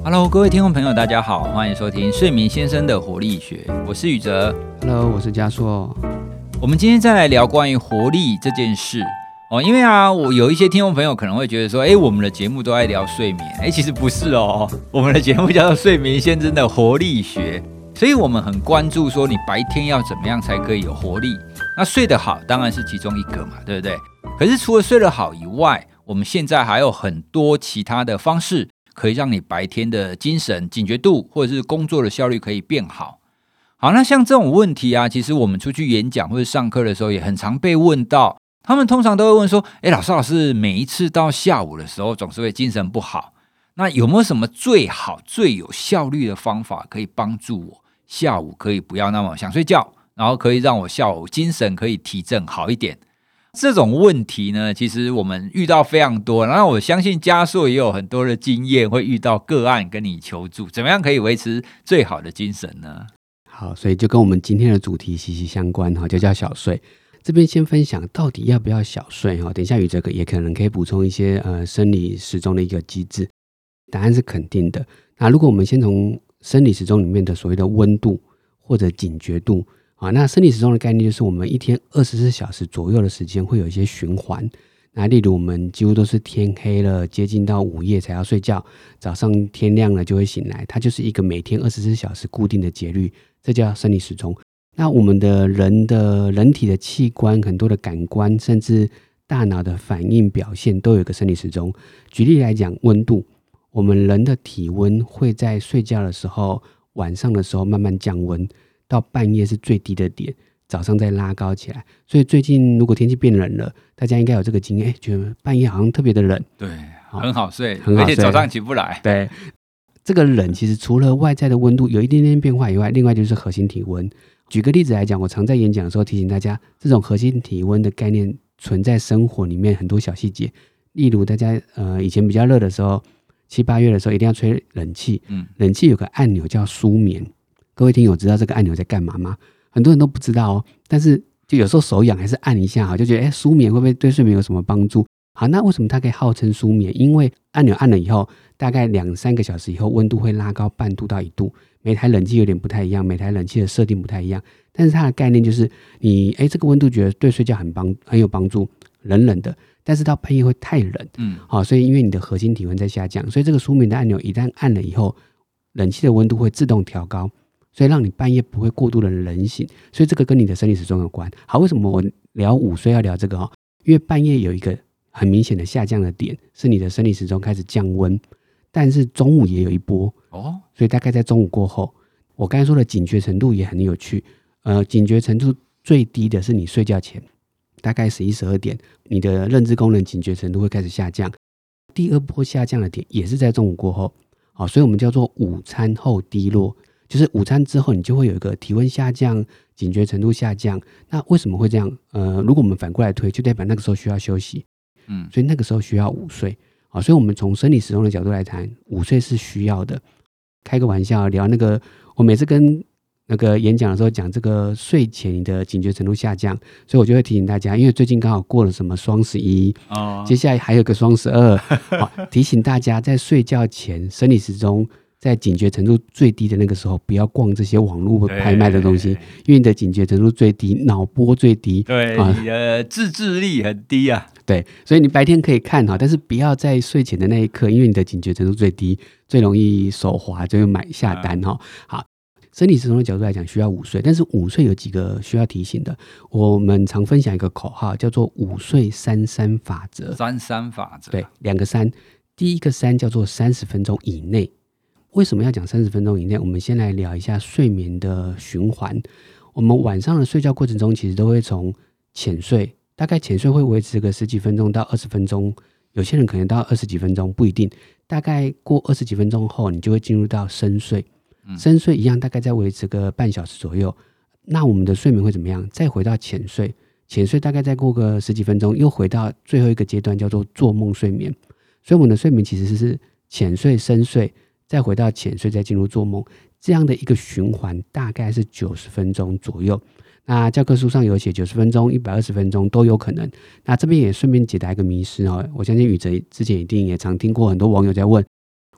Hello， 各位听众朋友，大家好，欢迎收听睡眠先生的活力学，我是宇哲。 Hello， 我是嘉硕。 我们今天再来聊关于活力这件事哦，因为我有一些听众朋友可能会觉得说，我们的节目都在聊睡眠，其实不是哦，我们的节目叫做睡眠先生的活力学，所以我们很关注说你白天要怎么样才可以有活力。那睡得好当然是其中一个嘛，对不对？可是除了睡得好以外，我们现在还有很多其他的方式可以让你白天的精神警觉度或者是工作的效率可以变好。好，那像这种问题其实我们出去演讲或者上课的时候也很常被问到，他们通常都会问说，老师，每一次到下午的时候总是会精神不好，那有没有什么最好最有效率的方法可以帮助我下午可以不要那么想睡觉，然后可以让我下午精神可以提振好一点？这种问题呢，其实我们遇到非常多，然后我相信嘉硕也有很多的经验，会遇到个案跟你求助，怎么样可以维持最好的精神呢？ 好，所以就跟我们今天的主题息息相关，就叫小睡。这边先分享到底要不要小睡，等一下宇哲也可能可以补充一些生理时钟的一个机制。答案是肯定的。那如果我们先从生理时钟里面的所谓的温度或者警觉度，那生理时钟的概念就是我们一天24小时左右的时间会有一些循环。那例如我们几乎都是天黑了接近到午夜才要睡觉，早上天亮了就会醒来，它就是一个每天24小时固定的节律，这叫生理时钟。那我们的人体的器官很多的感官甚至大脑的反应表现都有一个生理时钟。举例来讲，温度，我们人的体温会在睡觉的时候晚上的时候慢慢降温，到半夜是最低的点，早上再拉高起来。所以最近如果天气变冷了，大家应该有这个经验，觉得半夜好像特别的冷， 对，很好睡， 很好睡， 而且早上起不来。 对，这个冷其实除了外在的温度有一点点变化以外，另外就是核心体温。举个例子来讲，我常在演讲的时候提醒大家，这种核心体温的概念存在生活里面很多小细节。例如大家以前比较热的时候，7、8月的时候一定要吹冷气，冷气有个按钮叫舒眠。各位听友知道这个按钮在干嘛吗？很多人都不知道哦，但是就有时候手痒还是按一下，就觉得舒眠会不会对睡眠有什么帮助？好，那为什么它可以号称舒眠？因为按钮按了以后，大概2-3个小时以后，温度会拉高半度到1度。每台冷气有点不太一样，每台冷气的设定不太一样，但是它的概念就是你这个温度觉得对睡觉很有帮助，冷冷的，但是到半夜会太冷，所以因为你的核心体温在下降，所以这个舒眠的按钮一旦按了以后，冷气的温度会自动调高，所以让你半夜不会过度的冷醒，所以这个跟你的生理时钟有关。好，为什么我聊午睡要聊这个？因为半夜有一个很明显的下降的点，是你的生理时钟开始降温，但是中午也有一波所以大概在中午过后，我刚才说的警觉程度也很有趣。警觉程度最低的是你睡觉前，大概11、12点，你的认知功能警觉程度会开始下降。第二波下降的点也是在中午过后，所以我们叫做午餐后低落，就是午餐之后你就会有一个体温下降，警觉程度下降。那为什么会这样？如果我们反过来推，就代表那个时候需要休息，所以那个时候需要午睡。所以我们从生理时钟的角度来谈，午睡是需要的。开个玩笑聊我每次跟那个演讲的时候讲这个睡前你的警觉程度下降，所以我就会提醒大家，因为最近刚好过了什么双11，接下来还有个双12，提醒大家在睡觉前生理时钟在警觉程度最低的那个时候，不要逛这些网络拍卖的东西，因为你的警觉程度最低，脑波最低， 对，你的自制力很低啊。 对，所以你白天可以看但是不要在睡前的那一刻，因为你的警觉程度最低，最容易手滑就买下单好，生理时钟的角度来讲需要午睡，但是午睡有几个需要提醒的。我们常分享一个口号叫做午睡33法则。 33法则， 对，2个3，第一个3叫做30分钟以内。为什么要讲30分钟以内？我们先来聊一下睡眠的循环。我们晚上的睡觉过程中其实都会从浅睡，大概浅睡会维持个10几分钟到20分钟，有些人可能到20几分钟，不一定。大概过20几分钟后，你就会进入到深睡。深睡一样，大概再维持个半小时左右。那我们的睡眠会怎么样？再回到浅睡，浅睡大概再过个10几分钟，又回到最后一个阶段，叫做做梦睡眠。所以我们的睡眠其实是浅睡、深睡，再回到浅睡，再进入做梦，这样的一个循环大概是90分钟左右。那教科书上有写90分钟、120分钟都有可能。那这边也顺便解答一个迷思我相信宇哲之前一定也常听过很多网友在问，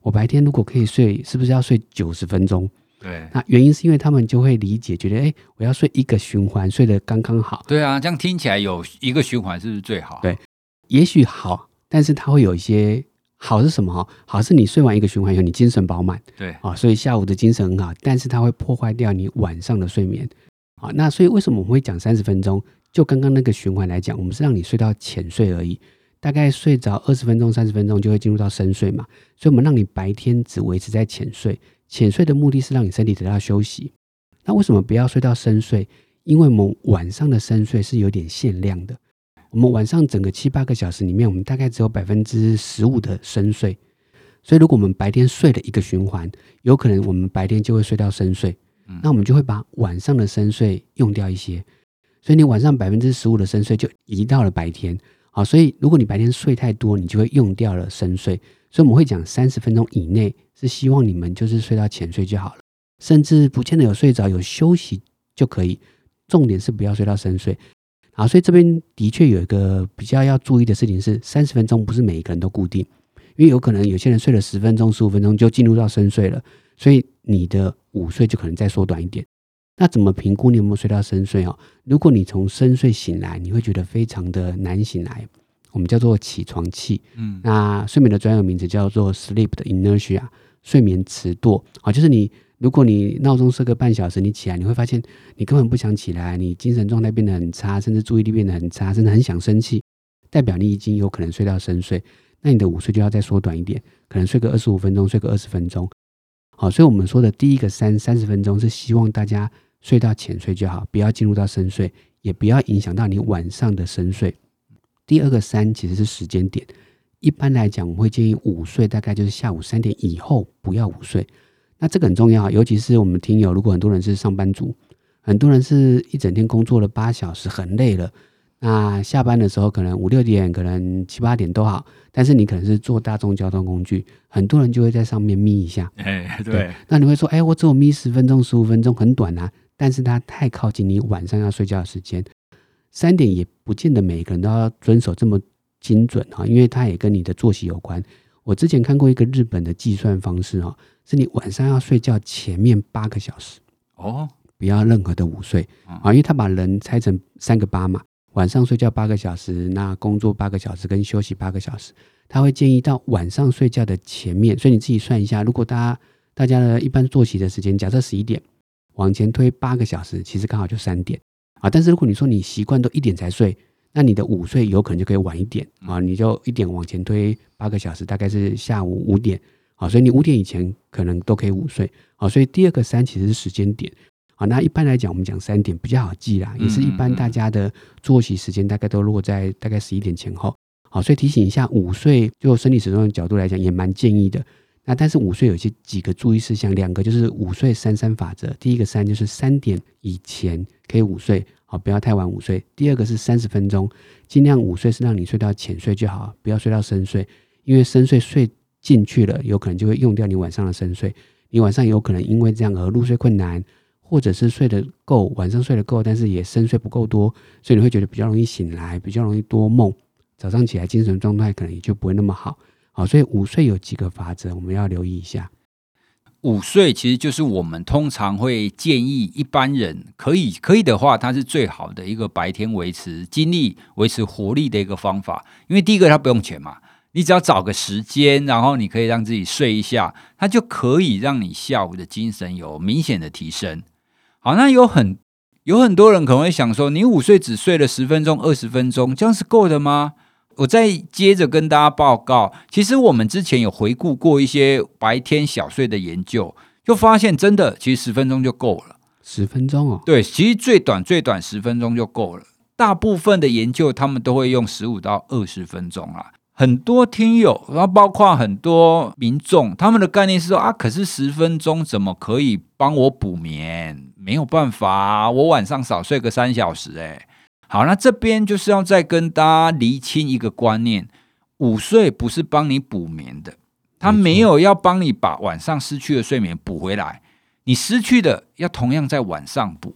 我白天如果可以睡，是不是要睡90分钟？ 对， 那原因是因为他们就会理解，觉得我要睡一个循环，睡得刚刚好。 对啊，这样听起来有一个循环是不是最好？ 对，也许好，但是它会有一些好是什么？好是你睡完一个循环以后，你精神饱满， 对所以下午的精神很好，但是它会破坏掉你晚上的睡眠。那所以为什么我们会讲30分钟？就刚刚那个循环来讲，我们是让你睡到浅睡而已，大概睡着20分钟、30分钟就会进入到深睡嘛。所以我们让你白天只维持在浅睡，浅睡的目的是让你身体得到休息。那为什么不要睡到深睡？因为我们晚上的深睡是有点限量的。我们晚上整个7、8个小时里面，我们大概只有15%的深睡。所以如果我们白天睡了一个循环，有可能我们白天就会睡到深睡。那我们就会把晚上的深睡用掉一些，所以你晚上15%的深睡就移到了白天。所以如果你白天睡太多，你就会用掉了深睡。所以我们会讲30分钟以内是希望你们就是睡到浅睡就好了，甚至不见得有睡着，有休息就可以，重点是不要睡到深睡。所以这边的确有一个比较要注意的事情是，30分钟不是每一个人都固定，因为有可能有些人睡了10分钟、15分钟就进入到深睡了，所以你的午睡就可能再缩短一点。那怎么评估你有没有睡到深睡？如果你从深睡醒来，你会觉得非常的难醒来，我们叫做起床气。那睡眠的专有名词叫做 sleep 的 inertia， 睡眠迟惰。就是如果你闹钟设个半小时，你起来你会发现你根本不想起来，你精神状态变得很差，甚至注意力变得很差，甚至很想生气，代表你已经有可能睡到深睡。那你的午睡就要再缩短一点，可能睡个25分钟，睡个20分钟。所以我们说的第一个30分钟是希望大家睡到浅睡就好，不要进入到深睡，也不要影响到你晚上的深睡。第二个3其实是时间点，一般来讲我们会建议午睡大概就是下午3点以后不要午睡。那这个很重要，尤其是我们听友，如果很多人是上班族，很多人是一整天工作了8小时很累了，那下班的时候可能5、6点，可能7、8点都好，但是你可能是坐大众交通工具，很多人就会在上面眯一下。 对， 那你会说我只有眯10分钟、15分钟，很短啊，但是它太靠近你晚上要睡觉的时间。3点也不见得每个人都要遵守这么精准，因为它也跟你的作息有关。我之前看过一个日本的计算方式，是你晚上要睡觉前面8个小时不要任何的午睡，因为他把人拆成3个8嘛，晚上睡觉8个小时，那工作8个小时跟休息8个小时，他会建议到晚上睡觉的前面。所以你自己算一下，如果大家的一般作息的时间假设11点，往前推8个小时，其实刚好就3点但是如果你说你习惯都1点才睡，那你的午睡有可能就可以晚一点你就1点往前推8个小时，大概是下午5点所以你5点以前可能都可以午睡所以第二个3其实是时间点那一般来讲我们讲3点比较好记啦，也是一般大家的作息时间大概都落在大概11点前后所以提醒一下，午睡就生理时钟的角度来讲也蛮建议的。那但是午睡有几个注意事项，2个就是午睡3-3法则。第一个3就是3点以前可以午睡不要太晚午睡。第二个是30分钟，尽量午睡是让你睡到浅睡就好，不要睡到深睡，因为深睡睡进去了有可能就会用掉你晚上的深睡，你晚上有可能因为这样而入睡困难，或者是睡得够，晚上睡得够，但是也深睡不够多，所以你会觉得比较容易醒来，比较容易多梦，早上起来精神状态可能也就不会那么好。所以午睡有几个法则我们要留意一下。 午睡其实就是我们通常会建议一般人可以的话，它是最好的一个白天维持精力、维持活力的一个方法。因为第一个它不用钱嘛，你只要找个时间，然后你可以让自己睡一下，它就可以让你下午的精神有明显的提升。好，那有很多人可能会想说，你午睡只睡了10分钟、20分钟，这样是够的吗？我再接着跟大家报告，其实我们之前有回顾过一些白天小睡的研究，就发现真的其实10分钟就够了。 10分钟对，其实最短10分钟就够了。大部分的研究他们都会用15到20分钟啦。很多听友，然后包括很多民众，他们的概念是说可是10分钟怎么可以帮我补眠？没有办法我晚上少睡个3小时好，那这边就是要再跟大家厘清一个观念，午睡不是帮你补眠的，它没有要帮你把晚上失去的睡眠补回来，你失去的要同样在晚上补。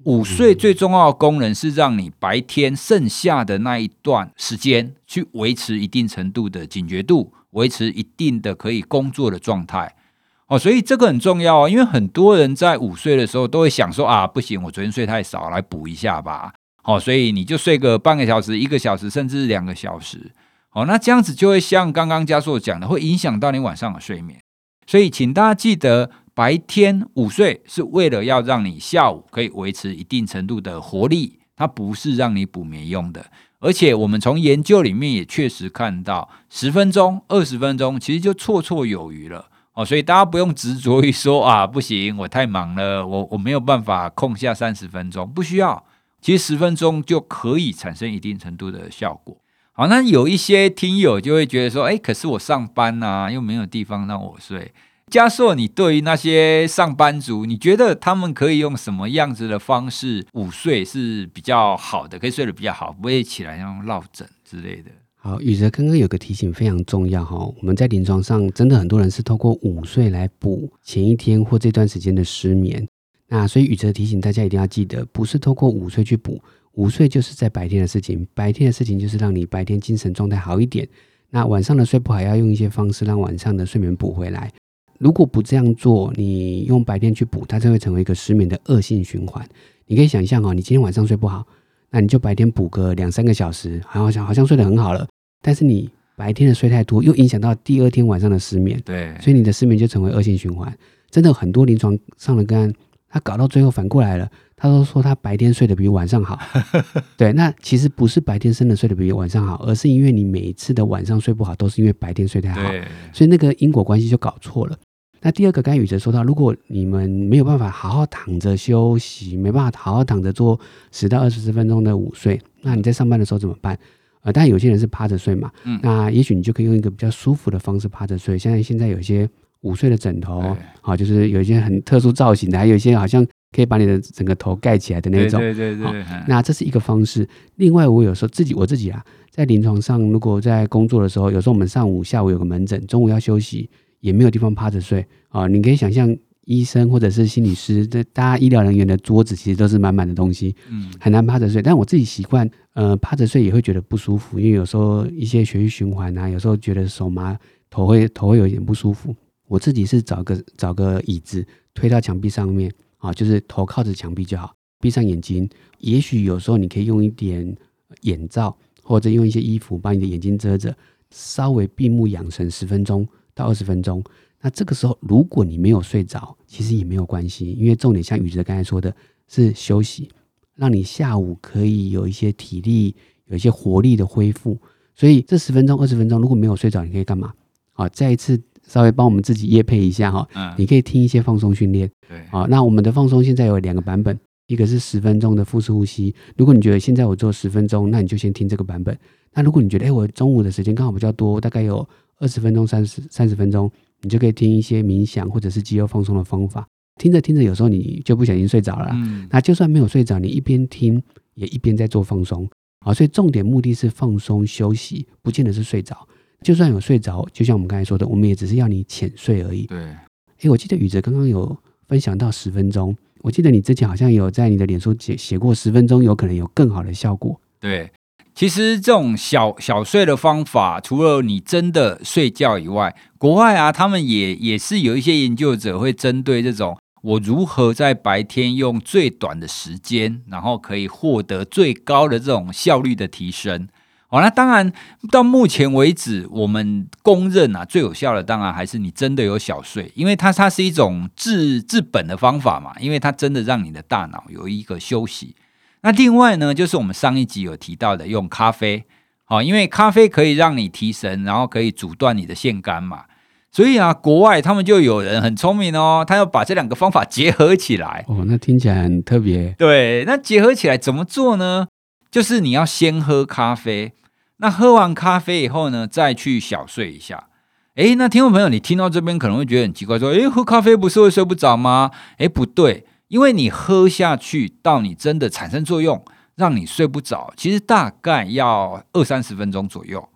午睡最重要的功能是让你白天剩下的那一段时间去维持一定程度的警觉度，维持一定的可以工作的状态。所以这个很重要，因为很多人在午睡的时候都会想说啊，不行，我昨天睡太少，来补一下吧。所以你就睡个半个小时、1个小时，甚至2个小时。那这样子就会像刚刚嘉硕讲的，会影响到你晚上的睡眠。所以请大家记得，白天午睡是为了要让你下午可以维持一定程度的活力，它不是让你补眠用的。而且我们从研究里面也确实看到，10分钟、20分钟其实就绰绰有余了。所以大家不用执着于说啊，不行，我太忙了，我没有办法空下30分钟，不需要。其实10分钟就可以产生一定程度的效果。好，那有一些听友就会觉得说，可是我上班啊，又没有地方让我睡。嘉硕，你对于那些上班族，你觉得他们可以用什么样子的方式午睡是比较好的，可以睡得比较好，不会起来像落枕之类的？ 好，宇哲刚刚有个提醒非常重要哈，我们在临床上真的很多人是透过午睡来补前一天或这段时间的失眠。那所以宇哲提醒大家一定要记得，不是透过午睡去补，午睡就是在白天的事情，白天的事情就是让你白天精神状态好一点。那晚上的睡不好，要用一些方式让晚上的睡眠补回来。如果不这样做，你用白天去补，它就会成为一个失眠的恶性循环。你可以想象你今天晚上睡不好，那你就白天补个2-3个小时，好像睡得很好了，但是你白天的睡太多，又影响到第二天晚上的失眠， 对， 所以你的失眠就成为恶性循环。真的很多临床上的个案，他搞到最后反过来了，他都说他白天睡得比晚上好。对，那其实不是白天真的睡得比晚上好，而是因为你每一次的晚上睡不好，都是因为白天睡太好，所以那个因果关系就搞错了。那第二个，刚才宇哲说到，如果你们没有办法好好躺着休息，没办法好好躺着做10到20分钟的午睡，那你在上班的时候怎么办？当然有些人是趴着睡嘛，那也许你就可以用一个比较舒服的方式趴着睡。现在有一些午睡的枕头，就是有一些很特殊造型的，还有一些好像可以把你的整个头盖起来的那种。 对， 那这是一个方式。另外，我有时候我自己啊，在临床上，如果在工作的时候，有时候我们上午、下午有个门诊，中午要休息，也没有地方趴着睡你可以想象，医生或者是心理师，大家医疗人员的桌子其实都是满满的东西，很难趴着睡。但我自己习惯，趴着睡也会觉得不舒服，因为有时候一些血液循环啊，有时候觉得手麻，头会有一点不舒服。我自己是找个椅子推到墙壁上面就是头靠着墙壁就好，闭上眼睛。也许有时候你可以用一点眼罩，或者用一些衣服把你的眼睛遮着，稍微闭目养神10分钟到20分钟。那这个时候如果你没有睡着，其实也没有关系，因为重点像宇哲刚才说的是休息，让你下午可以有一些体力，有一些活力的恢复。所以这10分钟20分钟如果没有睡着，你可以干嘛？再一次稍微帮我们自己业配一下你可以听一些放松训练。 对， 那我们的放松现在有2个版本，一个是10分钟的腹式呼吸。如果你觉得现在我做10分钟，那你就先听这个版本。那如果你觉得我中午的时间刚好比较多，大概有20分钟30分钟，你就可以听一些冥想或者是肌肉放松的方法。听着听着，有时候你就不小心睡着了那就算没有睡着，你一边听也一边在做放松所以重点目的是放松休息，不见得是睡着。就算有睡着，就像我们刚才说的，我们也只是要你浅睡而已。 对， 我记得宇哲刚刚有分享到10分钟，我记得你之前好像有在你的脸书写过10分钟有可能有更好的效果。 对，其实这种小睡的方法，除了你真的睡觉以外，国外啊，他们也是有一些研究者会针对这种我如何在白天用最短的时间，然后可以获得最高的这种效率的提升。那当然到目前为止，我们公认最有效的当然还是你真的有小睡，因为它是一种治本的方法嘛，因为它真的让你的大脑有一个休息。那另外呢，就是我们上一集有提到的用咖啡，因为咖啡可以让你提神，然后可以阻断你的腺苷嘛，所以国外他们就有人很聪明他要把这2个方法结合起来。 那听起来很特别。 对，那结合起来怎么做呢？就是你要先喝咖啡，那喝完咖啡以后呢，再去小睡一下。那听众朋友，你听到这边可能会觉得很奇怪，说喝咖啡不是会睡不着吗？不对，因为你喝下去到你真的产生作用让你睡不着，其实大概要20-30分钟左右。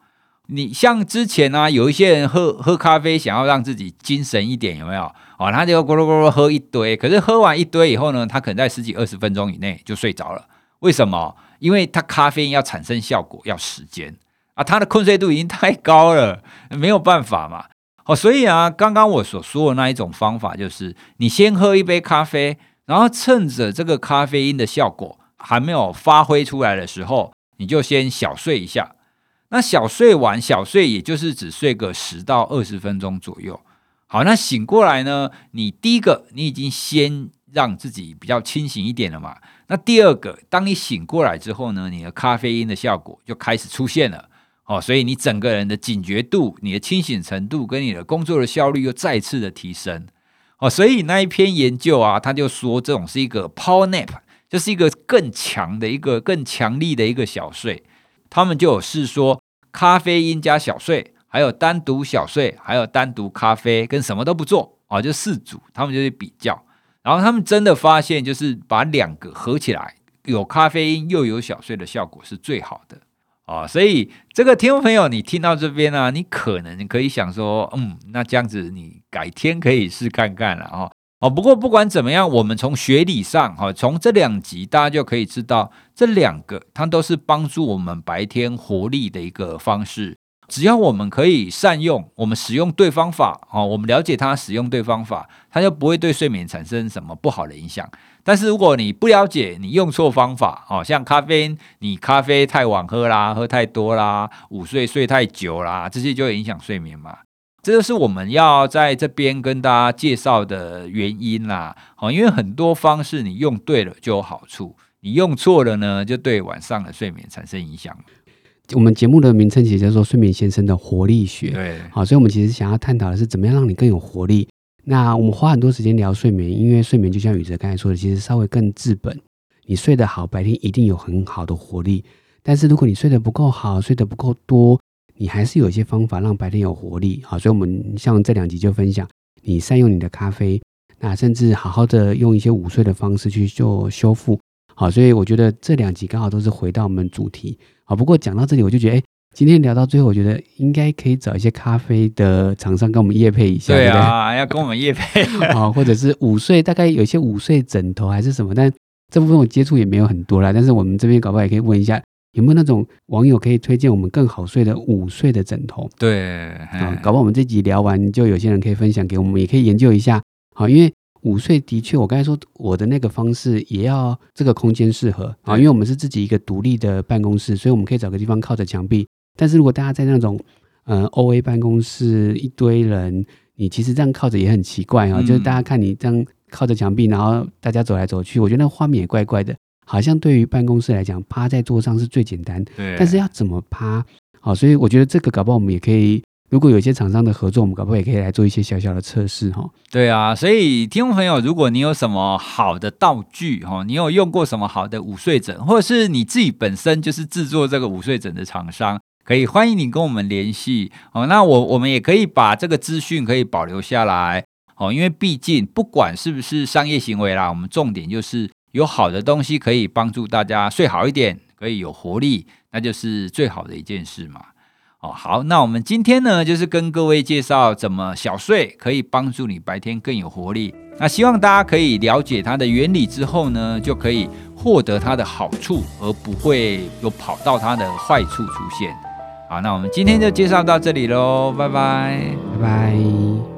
你像之前啊，有一些人喝咖啡想要让自己精神一点，有没有？他就咕噜咕噜喝一堆，可是喝完一堆以后呢，他可能在10几20分钟以内就睡着了。为什么？因为他咖啡因要产生效果要时间啊，他的困睡度已经太高了，没有办法嘛。所以啊，刚刚我所说的那一种方法就是，你先喝一杯咖啡，然后趁着这个咖啡因的效果还没有发挥出来的时候，你就先小睡一下。那小睡也就是只睡个10到20分钟左右。好，那醒过来呢，你第一个你已经先让自己比较清醒一点了嘛。那第二个，当你醒过来之后呢，你的咖啡因的效果就开始出现了。所以你整个人的警觉度、你的清醒程度跟你的工作的效率又再次的提升。所以那一篇研究啊，他就说这种是一个 power nap， 就是一个更强的更强力的一个小睡。他们就有试说咖啡因加小睡，还有单独小睡，还有单独咖啡跟什么都不做，就4组，他们就去比较，然后他们真的发现就是把2个合起来，有咖啡因又有小睡的效果是最好的。所以这个听众朋友，你听到这边啊，你可能可以想说，那这样子你改天可以试看看了。不过不管怎么样，我们从学理上，从这2集大家就可以知道，这2个它都是帮助我们白天活力的一个方式。只要我们可以善用，我们使用对方法，我们了解它，使用对方法，它就不会对睡眠产生什么不好的影响。但是如果你不了解，你用错方法，像咖啡因，你咖啡太晚喝啦，喝太多啦，午睡睡太久啦，这些就会影响睡眠嘛。这就是我们要在这边跟大家介绍的原因啦。因为很多方式你用对了就有好处，你用错了呢，就对晚上的睡眠产生影响。 我们节目的名称其实叫做睡眠先生的活力学。 对， 好，所以我们其实想要探讨的是怎么样让你更有活力。那我们花很多时间聊睡眠，因为睡眠就像宇哲刚才说的，其实稍微更治本。你睡得好，白天一定有很好的活力。但是如果你睡得不够好，睡得不够多，你还是有一些方法让白天有活力。好，所以我们像这2集就分享，你善用你的咖啡，那甚至好好的用一些午睡的方式去做修复。好，所以我觉得这2集刚好都是回到我们主题。好，不过讲到这里，我就觉得，今天聊到最后，我觉得应该可以找一些咖啡的厂商跟我们业配一下。 对啊， 对不对？ 要跟我们业配。 或者是午睡，大概有一些午睡枕头还是什么，但这部分我接触也没有很多啦。但是我们这边搞不好也可以问一下，有没有那种网友可以推荐我们更好睡的午睡的枕头？ 对， 搞不好我们这集聊完，就有些人可以分享给我们，也可以研究一下。好，因为午睡的确，我刚才说我的那个方式也要这个空间适合啊，因为我们是自己一个独立的办公室，所以我们可以找个地方靠着墙壁。但是如果大家在那种OA 办公室一堆人，你其实这样靠着也很奇怪就是大家看你这样靠着墙壁，然后大家走来走去，我觉得那画面也怪怪的。好像对于办公室来讲，趴在桌上是最简单，但是要怎么趴？好，所以我觉得这个搞不好我们也可以。如果有一些厂商的合作，我们搞不好也可以来做一些小小的测试。 对啊，所以听众朋友，如果你有什么好的道具，你有用过什么好的午睡枕，或者是你自己本身就是制作这个午睡枕的厂商，可以欢迎你跟我们联系。那我们也可以把这个资讯可以保留下来，因为毕竟不管是不是商业行为啦，我们重点就是有好的东西可以帮助大家睡好一点，可以有活力，那就是最好的一件事嘛。好，那我们今天呢，就是跟各位介绍怎么小睡可以帮助你白天更有活力。那希望大家可以了解它的原理之后呢，就可以获得它的好处，而不会有跑到它的坏处出现。好，那我们今天就介绍到这里咯，拜拜， 拜拜。